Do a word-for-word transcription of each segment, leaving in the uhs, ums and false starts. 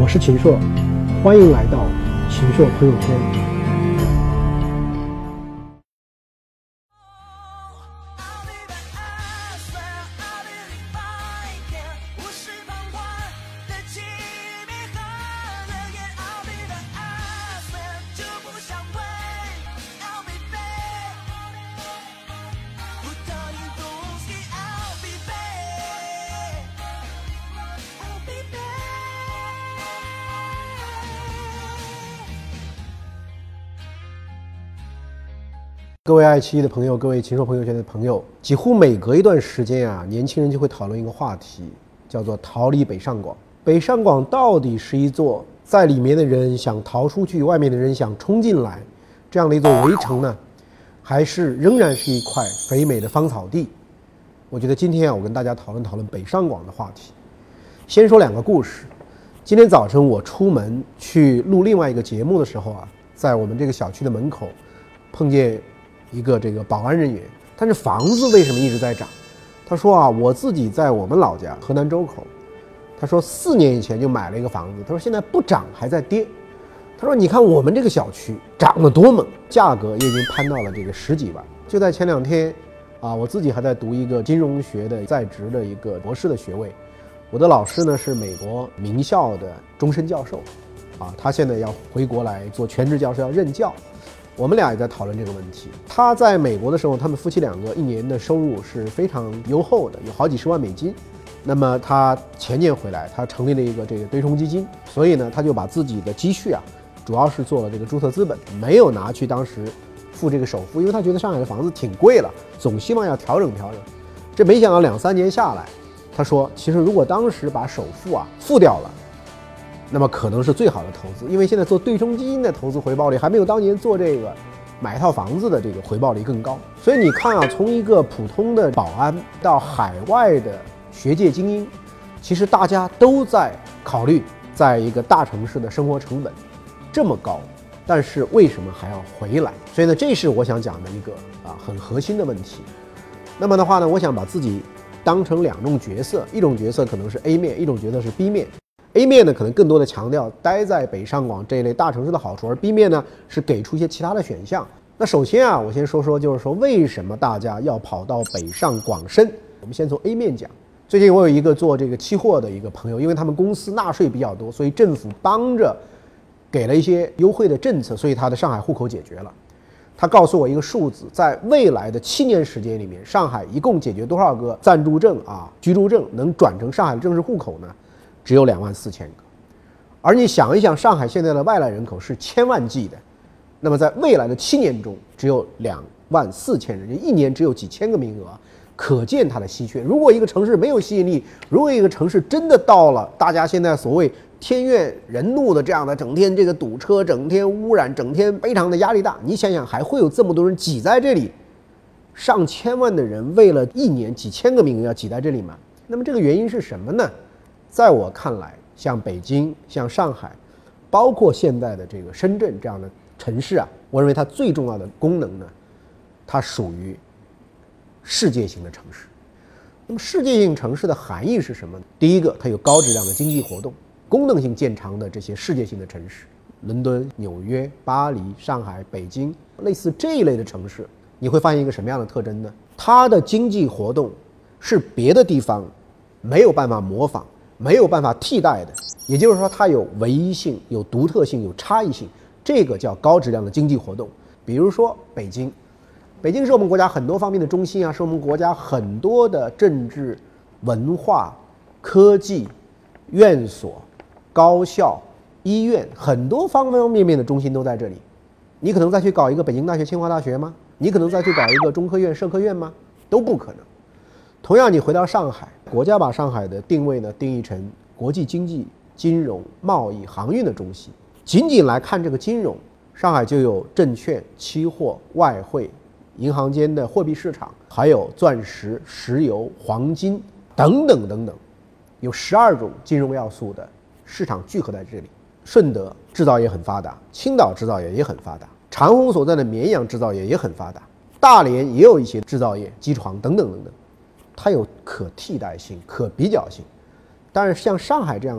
是秦朔，欢迎来到秦朔朋友圈。各位爱奇艺的朋友，各位秦朔朋友圈的朋友，几乎每隔一段时间啊，年轻人就会讨论一个话题，叫做逃离北上广。北上广到底是一座在里面的人想逃出去，外面的人想冲进来这样的一座围城呢，还是仍然是一块肥美的芳草地？我觉得今天啊，我跟大家讨论讨论北上广的话题。先说两个故事。今天早晨我出门去录另外一个节目的时候啊，在我们这个小区的门口碰见一个这个保安人员，但是房子为什么一直在涨？他说啊，我自己在我们老家河南周口，他说四年以前就买了一个房子，他说现在不涨还在跌。他说你看我们这个小区涨得多猛，价格也已经攀到了这个十几万。就在前两天啊，我自己还在读一个金融学的在职的一个博士的学位，我的老师呢是美国名校的终身教授，啊，他现在要回国来做全职教授，要任教。我们俩也在讨论这个问题。他在美国的时候，他们夫妻两个一年的收入是非常优厚的，有好几十万美金。那么他前年回来，他成立了一个这个对冲基金，所以呢，他就把自己的积蓄啊，主要是做了这个注册资本，没有拿去当时付这个首付，因为他觉得上海的房子挺贵了，总希望要调整调整。这没想到两三年下来，他说，其实如果当时把首付啊付掉了，那么可能是最好的投资，因为现在做对冲基金的投资回报率还没有当年做这个买一套房子的这个回报率更高。所以你看啊，从一个普通的保安到海外的学界精英，其实大家都在考虑，在一个大城市的生活成本这么高，但是为什么还要回来？所以呢，这是我想讲的一个啊很核心的问题。那么的话呢，我想把自己当成两种角色，一种角色可能是 A 面，一种角色是 B 面。A 面呢，可能更多的强调待在北上广这一类大城市的好处，而 B 面呢是给出一些其他的选项。那首先啊，我先说说，就是说为什么大家要跑到北上广深？我们先从 A 面讲。最近我有一个做这个期货的一个朋友，因为他们公司纳税比较多，所以政府帮着给了一些优惠的政策，所以他的上海户口解决了。他告诉我一个数字，在未来的七年时间里面，上海一共解决多少个暂住证啊、居住证能转成上海的正式户口呢？只有两万四千个。而你想一想，上海现在的外来人口是千万计的，那么在未来的七年中，只有两万四千人，一年只有几千个名额，可见它的稀缺。如果一个城市没有吸引力，如果一个城市真的到了大家现在所谓天怨人怒的这样的，整天这个堵车，整天污染，整天非常的压力大，你想想还会有这么多人挤在这里？上千万的人为了一年几千个名额要挤在这里吗？那么这个原因是什么呢？在我看来，像北京、像上海，包括现在的这个深圳这样的城市啊，我认为它最重要的功能呢，它属于世界性的城市。那么世界性城市的含义是什么？第一个，它有高质量的经济活动，功能性见长的这些世界性的城市，伦敦、纽约、巴黎、上海、北京，类似这一类的城市，你会发现一个什么样的特征呢？它的经济活动是别的地方没有办法模仿，没有办法替代的，也就是说它有唯一性、有独特性、有差异性，这个叫高质量的经济活动。比如说北京，北京是我们国家很多方面的中心啊，是我们国家很多的政治、文化、科技、院所、高校、医院，很多方方面面的中心都在这里。你可能再去搞一个北京大学、清华大学吗？你可能再去搞一个中科院、社科院吗？都不可能。同样，你回到上海，国家把上海的定位呢定义成国际经济、金融、贸易、航运的中心。仅仅来看这个金融，上海就有证券、期货、外汇、银行间的货币市场，还有钻石、石油、黄金等等等等，有十二种金融要素的市场聚合在这里。顺德制造业很发达，青岛制造业也很发达，长虹所在的绵阳制造业也很发达，大连也有一些制造业、机床等等等等。它有可替代性、可比较性。但是像上海这样的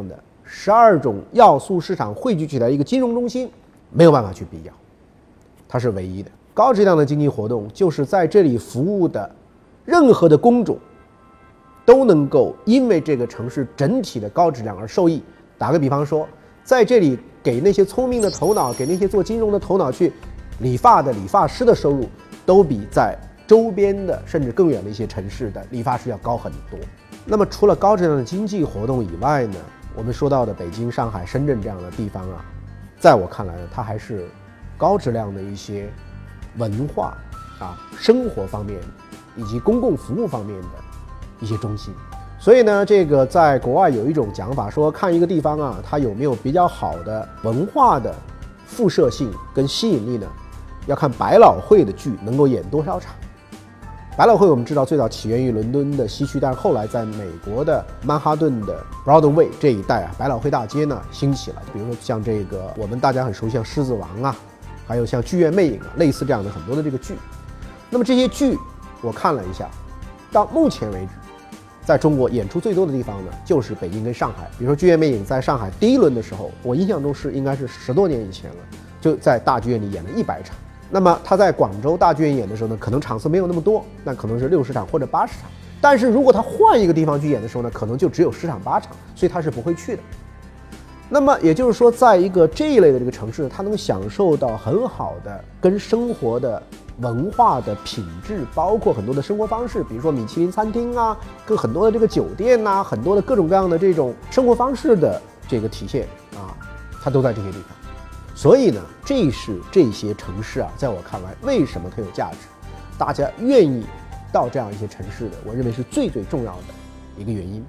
十二种要素市场汇聚起来一个金融中心，没有办法去比较，它是唯一的。高质量的经济活动就是在这里服务的任何的工种都能够因为这个城市整体的高质量而受益。打个比方说，在这里给那些聪明的头脑，给那些做金融的头脑去理发的理发师的收入，都比在周边的甚至更远的一些城市的理发师要高很多。那么除了高质量的经济活动以外呢，我们说到的北京、上海、深圳这样的地方啊，在我看来呢，它还是高质量的一些文化啊、生活方面以及公共服务方面的一些中心。所以呢，这个在国外有一种讲法说，看一个地方啊，它有没有比较好的文化的辐射性跟吸引力呢，要看百老汇的剧能够演多少场。百老汇我们知道最早起源于伦敦的西区，但是后来在美国的曼哈顿的 Broadway 这一带啊，百老汇大街呢兴起了。比如说像这个我们大家很熟悉像《狮子王》啊，还有像《剧院魅影》啊，类似这样的很多的这个剧。那么这些剧我看了一下，到目前为止，在中国演出最多的地方呢，就是北京跟上海。比如说《剧院魅影》在上海第一轮的时候，我印象中是应该是十多年以前了，就在大剧院里演了一百场。那么他在广州大剧院演的时候呢，可能场次没有那么多，那可能是六十场或者八十场。但是如果他换一个地方去演的时候呢，可能就只有十场八场，所以他是不会去的。那么也就是说，在一个这一类的这个城市，他能享受到很好的跟生活的文化的品质，包括很多的生活方式，比如说米其林餐厅啊，跟很多的这个酒店呐、啊，很多的各种各样的这种生活方式的这个体现啊，它都在这些地方。所以呢，这是这些城市啊，在我看来，为什么它有价值，大家愿意到这样一些城市的，我认为是最最重要的一个原因。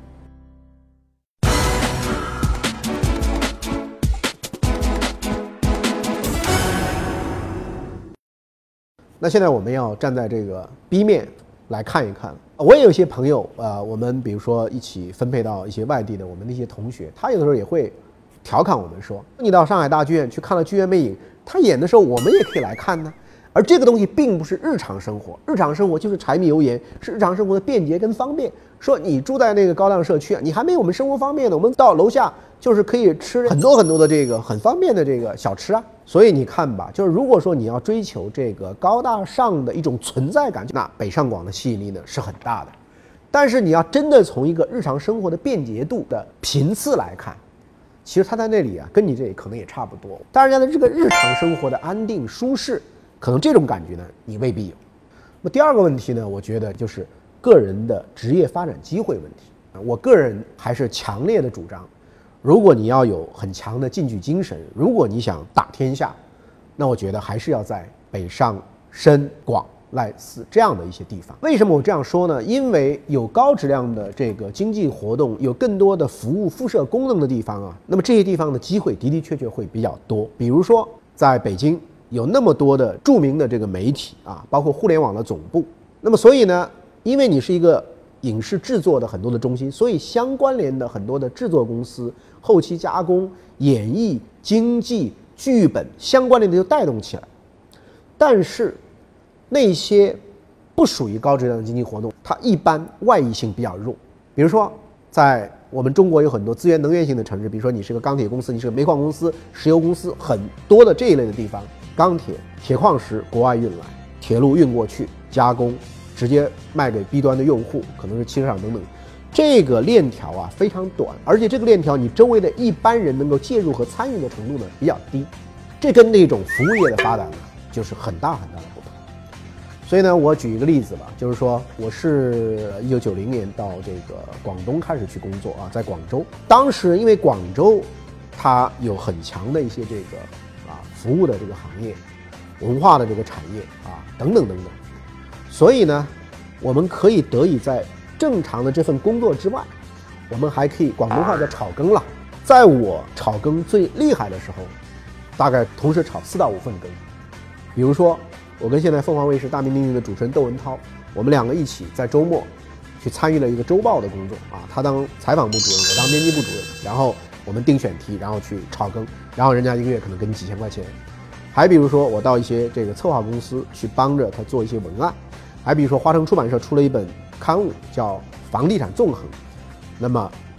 那现在我们要站在这个 B 面来看一看。我也有一些朋友，呃，我们比如说一起分配到一些外地的我们的一些同学，他有的时候也会调侃我们说，你到上海大剧院去看了《剧院魅影》，他演的时候我们也可以来看呢。而这个东西并不是日常生活，日常生活就是柴米油盐，是日常生活的便捷跟方便。说你住在那个高档社区啊，你还没有我们生活方便呢，我们到楼下就是可以吃很多很多的这个很方便的这个小吃啊。所以你看吧，就是如果说你要追求这个高大上的一种存在感，那北上广的吸引力呢是很大的。但是你要真的从一个日常生活的便捷度的频次来看，其实它在那里啊，跟你这里可能也差不多。当然，这个日常生活的安定舒适，可能这种感觉呢，你未必有。那么第二个问题呢，我觉得就是个人的职业发展机会问题。我个人还是强烈的主张，如果你要有很强的进取精神，如果你想打天下，那我觉得还是要在北上深广赖四这样的一些地方。为什么我这样说呢？因为有高质量的这个经济活动，有更多的服务辐射功能的地方啊，那么这些地方的机会的的确确会比较多。比如说在北京有那么多的著名的这个媒体啊，包括互联网的总部。那么所以呢，因为你是一个影视制作的很多的中心，所以相关联的很多的制作公司、后期加工、演绎、经济、剧本相关联的就带动起来。但是那些不属于高质量的经济活动，它一般外溢性比较弱。比如说在我们中国有很多资源能源型的城市，比如说你是个钢铁公司，你是个煤矿公司、石油公司，很多的这一类的地方，钢铁、铁矿石国外运来，铁路运过去加工，直接卖给 B 端的用户，可能是汽车厂等等。这个链条啊非常短，而且这个链条你周围的一般人能够介入和参与的程度呢比较低，这跟那种服务业的发展呢就是很大很大的不同。所以呢，我举一个例子吧，就是说我是一九九零年到这个广东开始去工作啊，在广州，当时因为广州它有很强的一些这个啊服务的这个行业、文化的这个产业啊等等等等，所以呢，我们可以得以在正常的这份工作之外，我们还可以广东话叫炒更了。在我炒更最厉害的时候，大概同时炒四到五份更。比如说，我跟现在凤凰卫视大名鼎鼎的主持人窦文涛，我们两个一起在周末去参与了一个周报的工作啊，他当采访部主任，我当编辑部主任，然后我们定选题，然后去炒更，然后人家一个月可能给你几千块钱。还比如说，我到一些这个策划公司去帮着他做一些文案。还比如说，花城出版社出了一本刊物叫《房地产纵横》，那么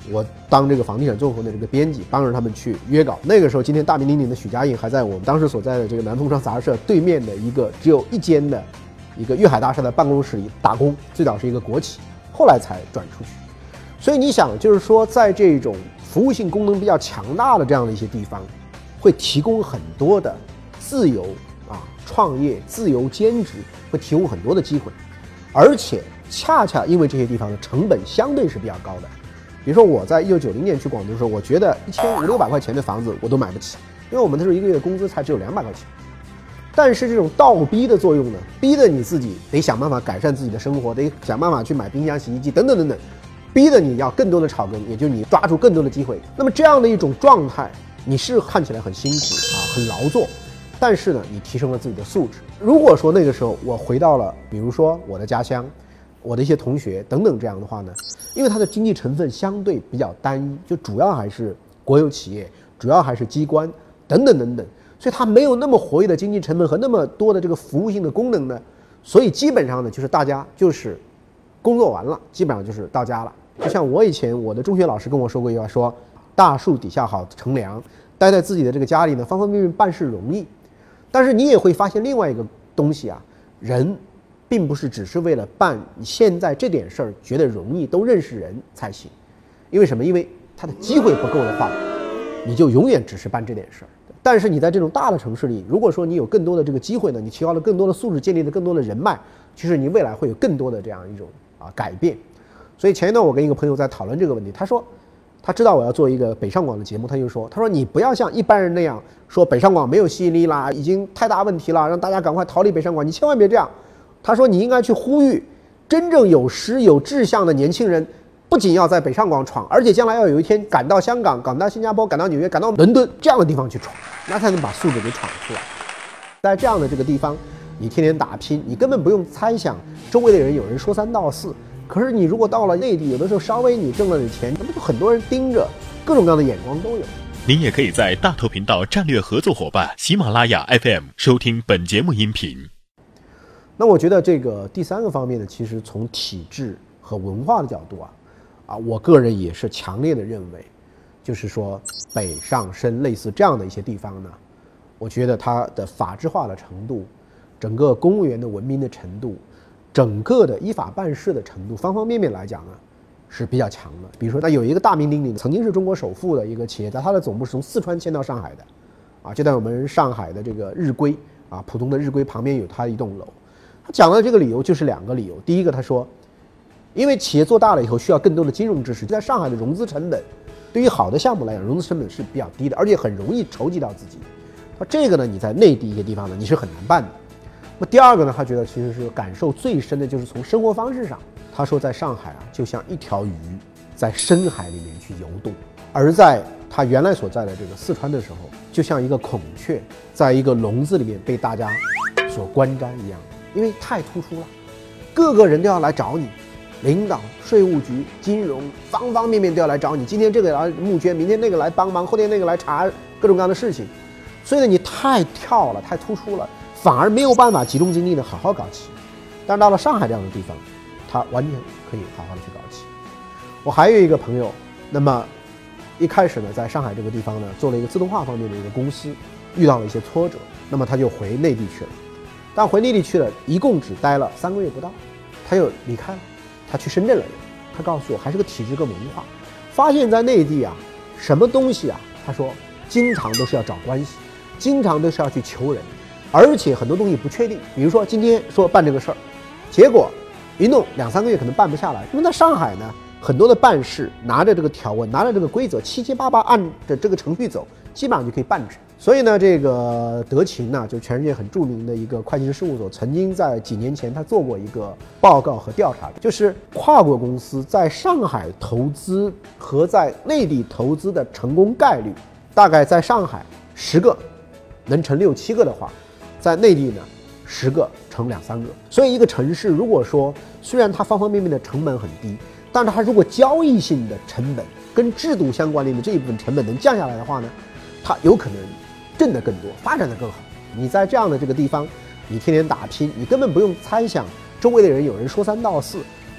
我当这个房地产综合的这个编辑，帮着他们去约稿。那个时候，今天大名鼎鼎的许家印还在我们当时所在的这个南通商杂志社对面的一个只有一间的一个粤海大厦的办公室里打工，最早是一个国企，后来才转出去。所以你想，就是说，在这种服务性功能比较强大的这样的一些地方，会提供很多的自由啊创业、自由兼职，会提供很多的机会，而且恰恰因为这些地方的成本相对是比较高的。比如说我在一九九零年去广州的时候，我觉得一千五六百块钱的房子我都买不起，因为我们那时候一个月的工资才只有两百块钱。但是这种倒逼的作用呢，逼得你自己得想办法改善自己的生活，得想办法去买冰箱、洗衣机等等等等，逼得你要更多的草根，也就是你抓住更多的机会。那么这样的一种状态，你是看起来很辛苦啊，很劳作，但是呢，你提升了自己的素质。如果说那个时候我回到了，比如说我的家乡，我的一些同学等等这样的话呢，因为它的经济成分相对比较单一，就主要还是国有企业，主要还是机关等等等等，所以它没有那么活跃的经济成本和那么多的这个服务性的功能呢，所以基本上呢，就是大家就是工作完了，基本上就是到家了。就像我以前我的中学老师跟我说过一句话，说大树底下好乘凉，待在自己的这个家里呢，方方面面办事容易。但是你也会发现另外一个东西啊，人并不是只是为了办你现在这点事儿觉得容易，都认识人才行。因为什么？因为他的机会不够的话，你就永远只是办这点事儿。但是你在这种大的城市里，如果说你有更多的这个机会呢，你提高了更多的素质，建立了更多的人脉，其实你未来会有更多的这样一种啊改变。所以前一段我跟一个朋友在讨论这个问题，他说他知道我要做一个北上广的节目，他就说他说你不要像一般人那样说北上广没有吸引力啦，已经太大问题了，让大家赶快逃离北上广，你千万别这样。他说你应该去呼吁真正有识有志向的年轻人，不仅要在北上广闯，而且将来要有一天赶到香港、赶到新加坡、赶到纽约、赶到伦敦这样的地方去闯，那才能把素质给闯出来。在这样的这个地方，你天天打拼，你根本不用猜想周围的人有人说三道四。可是你如果到了内地，有的时候稍微你挣了点钱，那么就很多人盯着，各种各样的眼光都有。 您也可以在大头频道战略合作伙伴喜马拉雅 F M 收听本节目音频。 那我觉得这个第三个方面呢，其实从体制和文化的角度啊，啊，我个人也是强烈的认为，就是说北上深类似这样的一些地方呢，我觉得它的法治化的程度，整个公务员的文明的程度，整个的依法办事的程度，方方面面来讲呢，是比较强的。比如说，它有一个大名鼎鼎的，曾经是中国首富的一个企业家，它的总部是从四川迁到上海的，啊，就在我们上海的这个日晷啊，浦东的日晷旁边有它一栋楼。他讲的这个理由就是两个理由，第一个他说，因为企业做大了以后需要更多的金融知识，在上海的融资成本，对于好的项目来讲，融资成本是比较低的，而且很容易筹集到资金。说这个呢，你在内地一些地方呢，你是很难办的。那么第二个呢，他觉得其实是感受最深的就是从生活方式上，他说在上海啊，就像一条鱼在深海里面去游动，而在他原来所在的这个四川的时候，就像一个孔雀在一个笼子里面被大家所观瞻一样，因为太突出了，各个人都要来找你，领导、税务局、金融，方方面面都要来找你。今天这个来募捐，明天那个来帮忙，后天那个来查各种各样的事情，所以呢，你太跳了，太突出了，反而没有办法集中精力的好好搞企业。但是到了上海这样的地方，他完全可以好好的去搞企业。我还有一个朋友，那么一开始呢，在上海这个地方呢，做了一个自动化方面的一个公司，遇到了一些挫折，那么他就回内地去了。但回内地去了，一共只待了三个月不到，他又离开了，他去深圳了。他告诉我，还是个体制跟文化，发现在内地啊，什么东西啊，他说经常都是要找关系，经常都是要去求人，而且很多东西不确定。比如说今天说办这个事儿，结果一弄两三个月可能办不下来。因为在上海呢，很多的办事拿着这个条文，拿着这个规则，七七八八按着这个程序走，基本上就可以办成。所以呢，这个德勤呢，就全世界很著名的一个会计师事务所，曾经在几年前他做过一个报告和调查，就是跨国公司在上海投资和在内地投资的成功概率，大概在上海十个能成六七个的话，在内地呢十个成两三个。所以一个城市如果说虽然它方方面面的成本很低，但是它如果交易性的成本跟制度相关联的这一部分成本能降下来的话呢，它有可能挣得更多，发展得更好。你在这样的这个地方，你天天打拼，你根本不用猜想周围的人有人说三道四。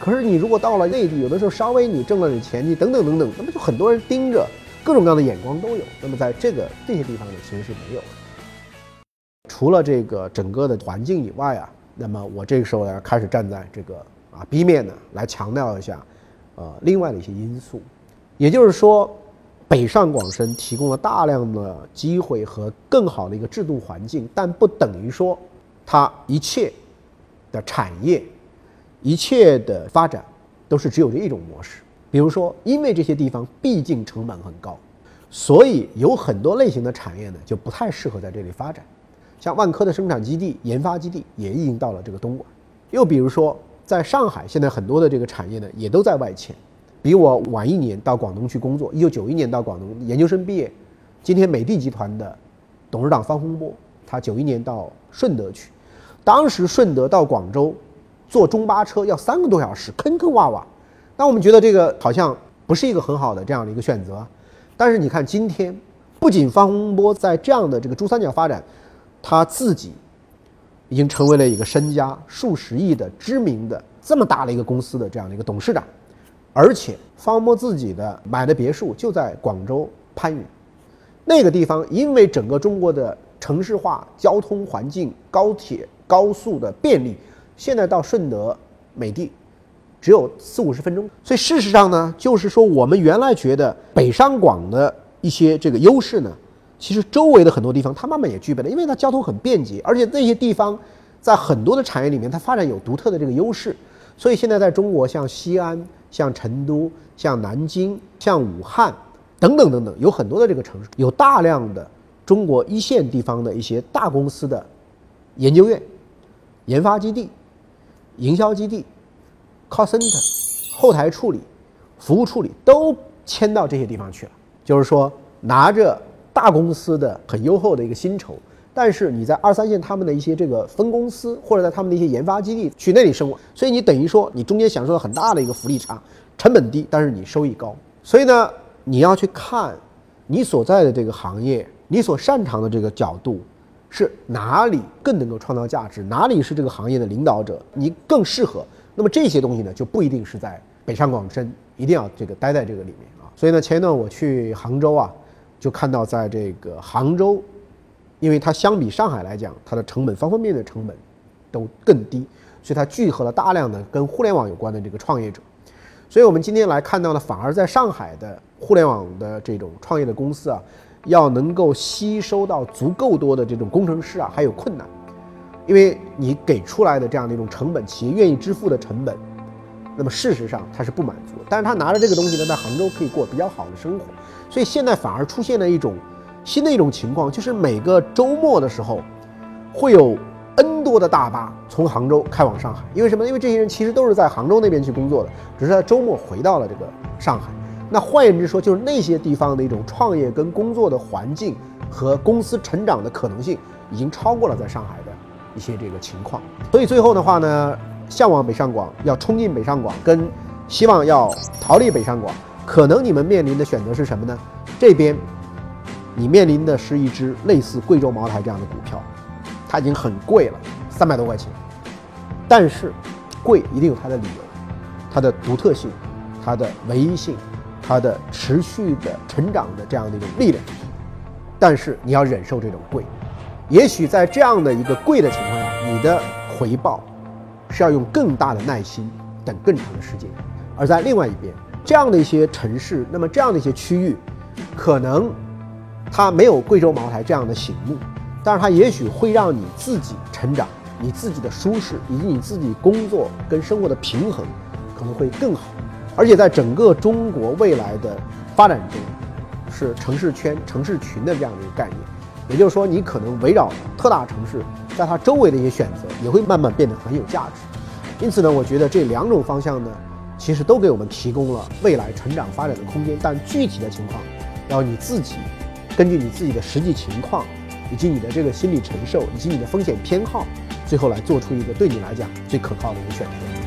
可是你如果到了内地，有的时候稍微你挣了点钱，你等等等等，那么就很多人盯着，各种各样的眼光都有。那么在这个这些地方呢，其实是没有的。除了这个整个的环境以外啊，那么我这个时候呢开始站在这个啊 B 面呢来强调一下，呃，另外的一些因素，也就是说，北上广深提供了大量的机会和更好的一个制度环境，但不等于说它一切的产业、一切的发展都是只有这一种模式。比如说，因为这些地方毕竟成本很高，所以有很多类型的产业呢就不太适合在这里发展。像万科的生产基地、研发基地也已经到了这个东莞。又比如说，在上海，现在很多的这个产业呢也都在外迁。比我晚一年到广东去工作，一九九一年到广东研究生毕业。今天美的集团的董事长方洪波，他九一年到顺德去，当时顺德到广州坐中巴车要三个多小时，坑坑洼洼。那我们觉得这个好像不是一个很好的这样的一个选择。但是你看今天，不仅方洪波在这样的这个珠三角发展，他自己已经成为了一个身家数十亿的知名的这么大的一个公司的这样的一个董事长，而且方洪波自己的买的别墅就在广州番禺那个地方，因为整个中国的城市化、交通环境、高铁、高速的便利，现在到顺德、美的只有四五十分钟。所以事实上呢，就是说我们原来觉得北上广的一些这个优势呢，其实周围的很多地方它慢慢也具备了，因为它交通很便捷，而且那些地方在很多的产业里面它发展有独特的这个优势。所以现在在中国，像西安、像成都、像南京、像武汉等等等等，有很多的这个城市有大量的中国一线地方的一些大公司的研究院、研发基地、营销基地、call center、后台处理、服务处理都迁到这些地方去了。就是说，拿着大公司的很优厚的一个薪酬，但是你在二三线他们的一些这个分公司，或者在他们的一些研发基地去那里生活，所以你等于说你中间享受了很大的一个福利差，成本低，但是你收益高。所以呢，你要去看你所在的这个行业，你所擅长的这个角度是哪里更能够创造价值，哪里是这个行业的领导者，你更适合。那么这些东西呢，就不一定是在北上广深一定要这个待在这个里面啊。所以呢，前一段我去杭州啊，就看到在这个杭州，因为它相比上海来讲，它的成本方方面面的成本都更低，所以它聚合了大量的跟互联网有关的这个创业者。所以我们今天来看到呢，反而在上海的互联网的这种创业的公司啊，要能够吸收到足够多的这种工程师啊，还有困难，因为你给出来的这样的一种成本，企业愿意支付的成本，那么事实上它是不满足的。但是他拿着这个东西呢，在杭州可以过比较好的生活。所以现在反而出现了一种新的一种情况，就是每个周末的时候会有 N 多的大巴从杭州开往上海。因为什么？因为这些人其实都是在杭州那边去工作的，只是在周末回到了这个上海。那换言之说，就是那些地方的一种创业跟工作的环境和公司成长的可能性，已经超过了在上海的一些这个情况。所以最后的话呢，向往北上广，要冲进北上广，跟希望要逃离北上广，可能你们面临的选择是什么呢？这边你面临的是一只类似贵州茅台这样的股票，它已经很贵了，三百多块钱。但是贵一定有它的理由，它的独特性，它的唯一性，它的持续的成长的这样的一种力量。但是你要忍受这种贵，也许在这样的一个贵的情况下，你的回报是要用更大的耐心等更长的时间。而在另外一边，这样的一些城市，那么这样的一些区域，可能它没有贵州茅台这样的醒目，但是它也许会让你自己成长，你自己的舒适以及你自己工作跟生活的平衡可能会更好。而且在整个中国未来的发展中，是城市圈、城市群的这样的一个概念。也就是说，你可能围绕特大城市，在它周围的一些选择也会慢慢变得很有价值。因此呢，我觉得这两种方向呢，其实都给我们提供了未来成长发展的空间，但具体的情况要你自己根据你自己的实际情况，以及你的这个心理承受，以及你的风险偏好，最后来做出一个对你来讲最可靠的一个选择。